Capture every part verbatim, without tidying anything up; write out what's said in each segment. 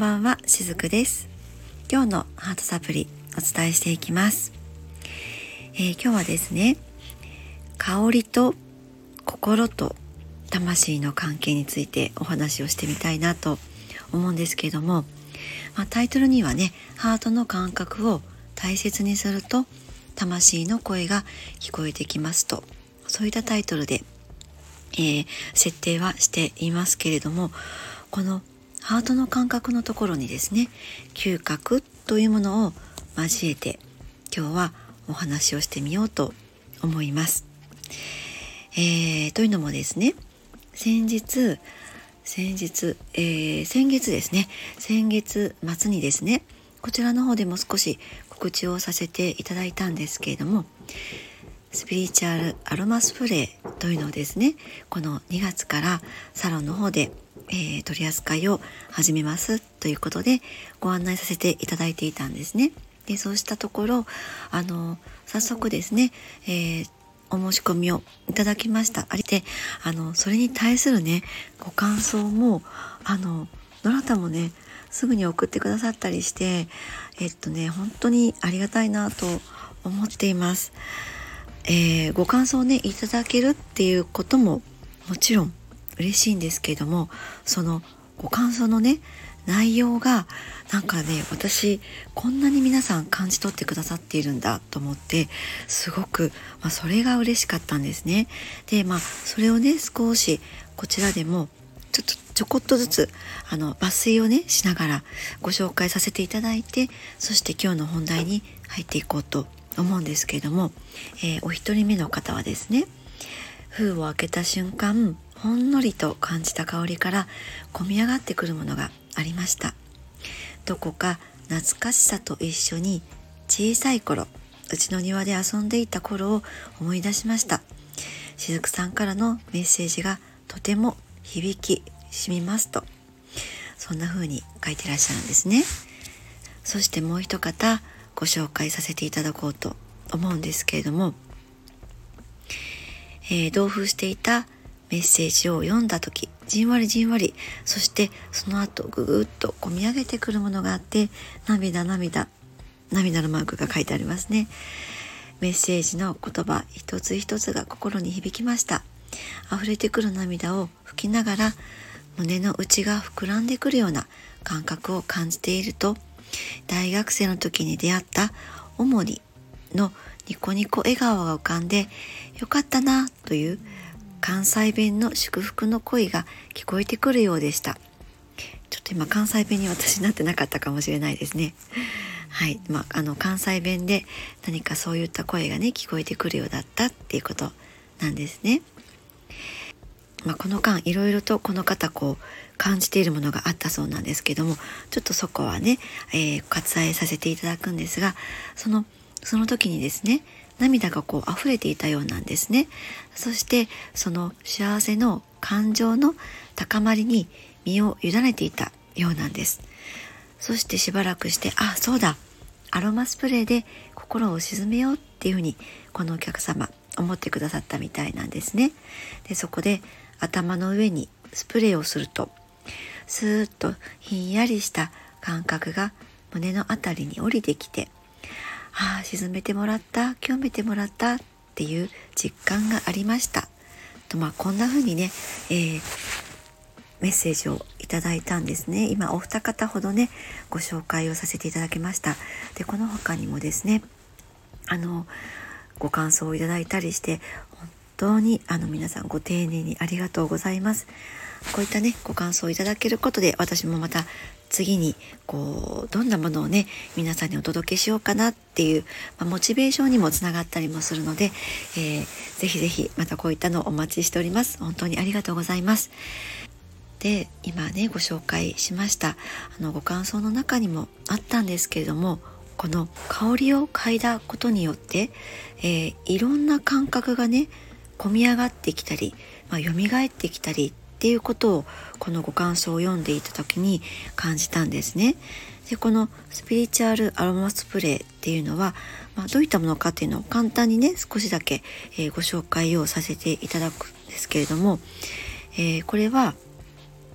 ばんは、しずくです。今日のハートサプリお伝えしていきます。えー、今日はですね、香りと心と魂の関係についてお話をしてみたいなと思うんですけれども、まあ、タイトルにはね、ハートの感覚を大切にすると魂の声が聞こえてきますと、そういったタイトルで、えー、設定はしていますけれども、このハートの感覚のところにですね、嗅覚というものを交えて今日はお話をしてみようと思います。えー、というのもですね、先日先日、えー、先月ですね先月末にですね、こちらの方でも少し告知をさせていただいたんですけれども、スピリチュアルアロマスプレーというのをですね、このにがつからサロンの方で、えー、取り扱いを始めますということでご案内させていただいていたんですね。でそうしたところ、あの早速ですね、えー、お申し込みをいただきました。ありてあのそれに対するねご感想もあのどなたもねすぐに送ってくださったりして、えっとね本当にありがたいなと思っています。えー、ご感想をねいただけるっていうことももちろん嬉しいんですけれども、そのご感想のね内容がなんかね、私こんなに皆さん感じ取ってくださっているんだと思って、すごく、まあ、それが嬉しかったんですね。でまあそれをね少しこちらでもちょっとちょこっとずつあの抜粋をねしながらご紹介させていただいて、そして今日の本題に入っていこうと思うんですけれども、えー、お一人目の方はですね、封を開けた瞬間ほんのりと感じた香りから込み上がってくるものがありました。どこか懐かしさと一緒に小さい頃うちの庭で遊んでいた頃を思い出しました。しずくさんからのメッセージがとても響き染みますと、そんな風に書いてらっしゃるんですね。そしてもう一方ご紹介させていただこうと思うんですけれども、えー、同封していたメッセージを読んだ時、じんわりじんわり、そしてその後ぐぐっと込み上げてくるものがあって、涙涙涙のマークが書いてありますね。メッセージの言葉一つ一つが心に響きました。溢れてくる涙を拭きながら胸の内が膨らんでくるような感覚を感じていると、大学生の時に出会ったオモニのニコニコ笑顔が浮かんで、よかったなという関西弁の祝福の声が聞こえてくるようでした。ちょっと今関西弁に私なってなかったかもしれないですね。はい、まあ、あの関西弁で何かそういった声がね聞こえてくるようだったっていうことなんですね。まあ、この間いろいろとこの方こう感じているものがあったそうなんですけども、ちょっとそこはね、えー、割愛させていただくんですが、そのその時にですね、涙がこう溢れていたようなんですね。そしてその幸せの感情の高まりに身を委ねていたようなんです。そしてしばらくして、あ、そうだ、アロマスプレーで心を鎮めようっていうふうにこのお客様思ってくださったみたいなんですね。でそこで頭の上にスプレーをすると、スーッとひんやりした感覚が胸のあたりに降りてきて、ああ沈めてもらった、清めてもらったっていう実感がありましたと、まあこんな風にね、えー、メッセージをいただいたんですね。今お二方ほどねご紹介をさせていただきました。でこの他にもですね、あのご感想をいただいたりして、本当にあの皆さんご丁寧にありがとうございます。こういったねご感想をいただけることで、私もまた次にこうどんなものをね皆さんにお届けしようかなっていう、まあ、モチベーションにもつながったりもするので、えー、ぜひぜひまたこういったのをお待ちしております。本当にありがとうございます。で今ねご紹介しましたあのご感想の中にもあったんですけれども、この香りを嗅いだことによって、えー、いろんな感覚がね込み上がってきたり、まあ、蘇ってきたりっていうことをこのご感想を読んでいた時に感じたんですね。でこのスピリチュアルアロマスプレーっていうのは、まあ、どういったものかっていうのを簡単にね少しだけ、えー、ご紹介をさせていただくんですけれども、えー、これは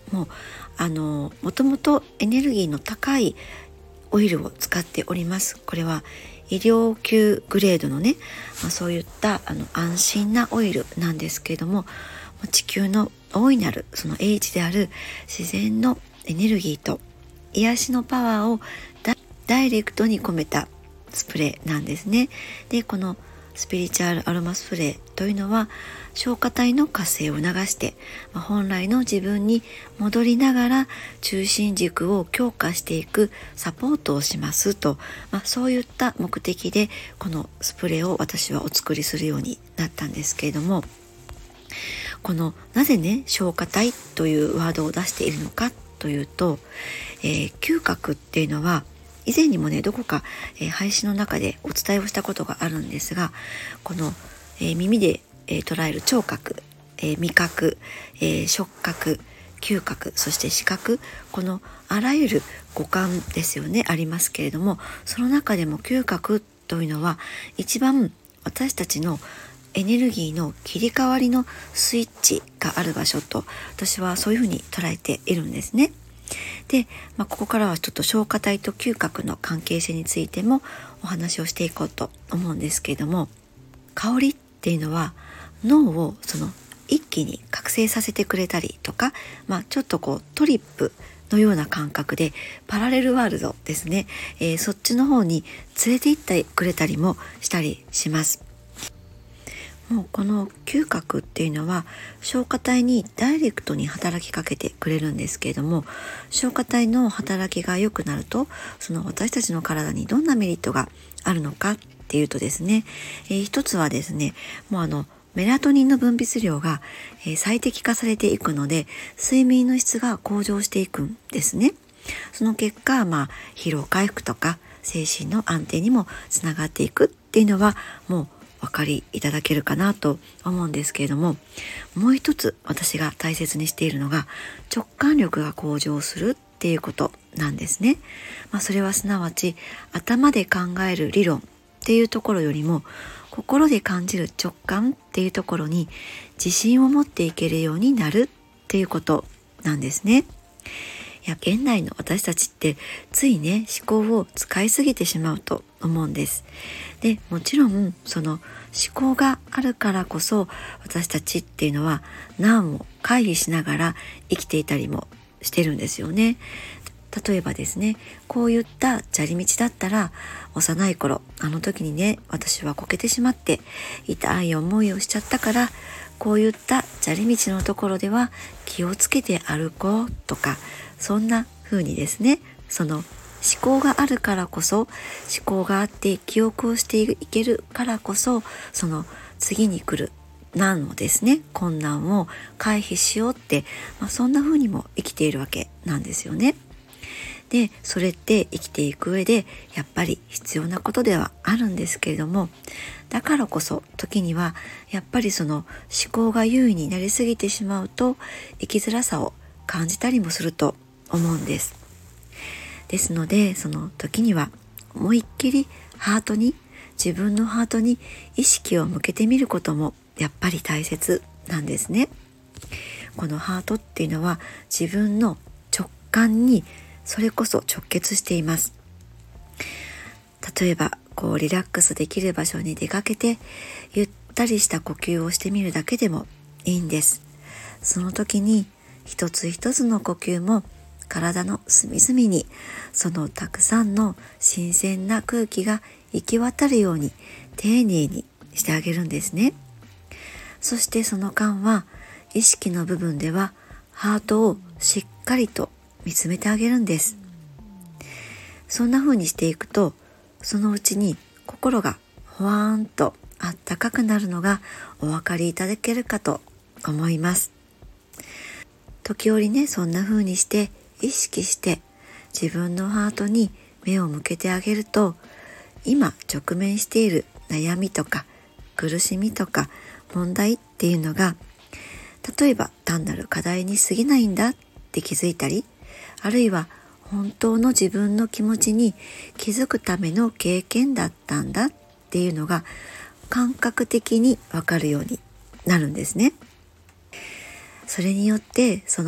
もうあのもともとエネルギーの高いオイルを使っております。これは医療級グレードのね、まあ、そういったあの安心なオイルなんですけれども、地球の大いなるその英知である自然のエネルギーと癒しのパワーをダダイレクトに込めたスプレーなんですね。で、このスピリチュアルアロマスプレーというのは消化体の活性を促して、まあ、本来の自分に戻りながら中心軸を強化していくサポートをしますと、まあ、そういった目的でこのスプレーを私はお作りするようになったんですけれども、このなぜね消化体というワードを出しているのかというと、えー、嗅覚っていうのは以前にもねどこか、えー、配信の中でお伝えをしたことがあるんですが、この、えー、耳で、えー、捉える聴覚、えー、味覚、えー、触覚、嗅覚、そして視覚、このあらゆる五感ですよねありますけれども、その中でも嗅覚というのは一番私たちのエネルギーの切り替わりのスイッチがある場所と私はそういうふうに捉えているんですね。で、まあ、ここからはちょっと消化体と嗅覚の関係性についてもお話をしていこうと思うんですけれども、香りっていうのは脳をその一気に覚醒させてくれたりとか、まあ、ちょっとこうトリップのような感覚でパラレルワールドですね、えー、そっちの方に連れて行ってくれたりもしたりします。もうこの嗅覚っていうのは消化体にダイレクトに働きかけてくれるんですけれども、消化体の働きが良くなるとその私たちの体にどんなメリットがあるのかっていうとですね、えー、一つはですね、もうあのメラトニンの分泌量が、えー、最適化されていくので睡眠の質が向上していくんですね。その結果、まあ、疲労回復とか精神の安定にもつながっていくっていうのはもうお分かりいただけるかなと思うんですけれども、もう一つ私が大切にしているのが直感力が向上するっていうことなんですね。まあ、それはすなわち頭で考える理論っていうところよりも心で感じる直感っていうところに自信を持っていけるようになるっていうことなんですね。いや、現代の私たちってついね思考を使いすぎてしまうと思うんです。で、もちろんその思考があるからこそ私たちっていうのは難を回避しながら生きていたりもしてるんですよね。例えばですね、こういった砂利道だったら幼い頃あの時にね私はこけてしまって痛い思いをしちゃったから、こういった砂利道のところでは気をつけて歩こうとか、そんな風にですね、その思考があるからこそ、思考があって記憶をしていけるからこそ、その次に来る難をですね、困難を回避しようって、まあ、そんな風にも生きているわけなんですよね。で、それって生きていく上でやっぱり必要なことではあるんですけれども、だからこそ時にはやっぱりその思考が優位になりすぎてしまうと生きづらさを感じたりもすると思うんです。ですのでその時には思いっきりハートに、自分のハートに意識を向けてみることもやっぱり大切なんですね。このハートっていうのは自分の直感にそれこそ直結しています。例えばこうリラックスできる場所に出かけてゆったりした呼吸をしてみるだけでもいいんです。その時に一つ一つの呼吸も体の隅々にそのたくさんの新鮮な空気が行き渡るように丁寧にしてあげるんですね。そしてその間は意識の部分ではハートをしっかりと見つめてあげるんです。そんな風にしていくとそのうちに心がほわーんとあったかくなるのがお分かりいただけるかと思います。時折ねそんな風にして意識して自分のハートに目を向けてあげると、今直面している悩みとか苦しみとか問題っていうのが例えば単なる課題に過ぎないんだって気づいたり、あるいは本当の自分の気持ちに気づくための経験だったんだっていうのが感覚的にわかるようになるんですね。それによってその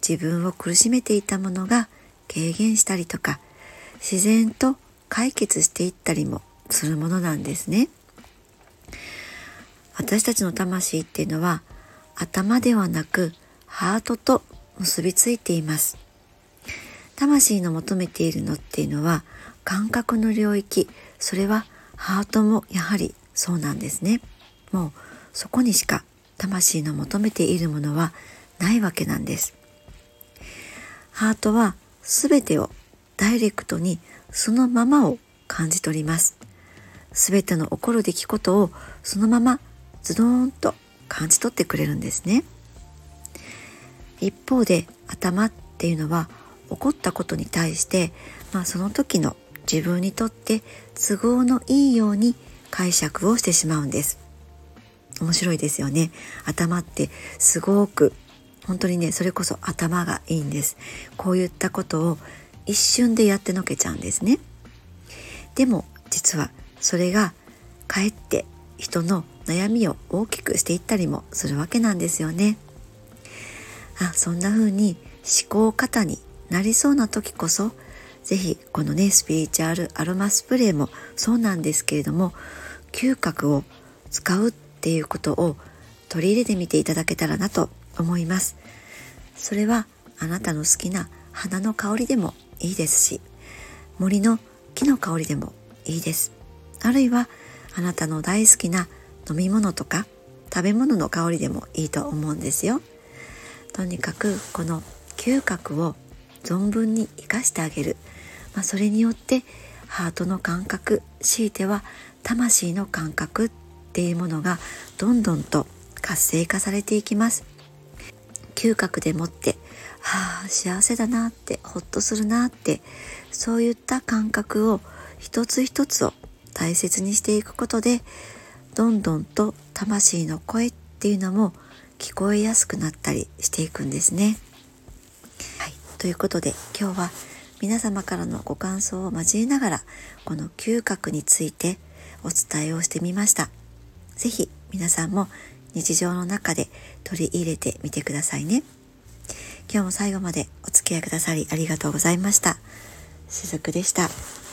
自分を苦しめていたものが軽減したりとか、自然と解決していったりもするものなんですね。私たちの魂っていうのは頭ではなくハートと結びついています。魂の求めているのっていうのは感覚の領域、それはハートもやはりそうなんですね。もうそこにしか魂の求めているものはないわけなんです。ハートはすべてをダイレクトにそのままを感じ取ります。すべての起こる出来事をそのままズドーンと感じ取ってくれるんですね。一方で頭っていうのは起こったことに対して、まあ、その時の自分にとって都合のいいように解釈をしてしまうんです。面白いですよね。頭ってすごく本当にね、それこそ頭がいいんです。こういったことを一瞬でやってのけちゃうんですね。でも実はそれがかえって人の悩みを大きくしていったりもするわけなんですよね。あ、そんな風に思考過多になりそうな時こそ、ぜひこのねスピリチュアルアロマスプレーもそうなんですけれども、嗅覚を使うっていうことを取り入れてみていただけたらなと思います。それはあなたの好きな花の香りでもいいですし、森の木の香りでもいいです。あるいはあなたの大好きな飲み物とか食べ物の香りでもいいと思うんですよ。とにかくこの嗅覚を存分に生かしてあげる、まあ、それによってハートの感覚、強いては魂の感覚っていうものがどんどんと活性化されていきます。嗅覚でもってはあ幸せだなって、ほっとするなって、そういった感覚を一つ一つを大切にしていくことで、どんどんと魂の声っていうのも聞こえやすくなったりしていくんですね。はい、ということで今日は皆様からのご感想を交えながらこの嗅覚についてお伝えをしてみました。ぜひ皆さんも日常の中で取り入れてみてくださいね。今日も最後までお付き合いくださりありがとうございました。しずくでした。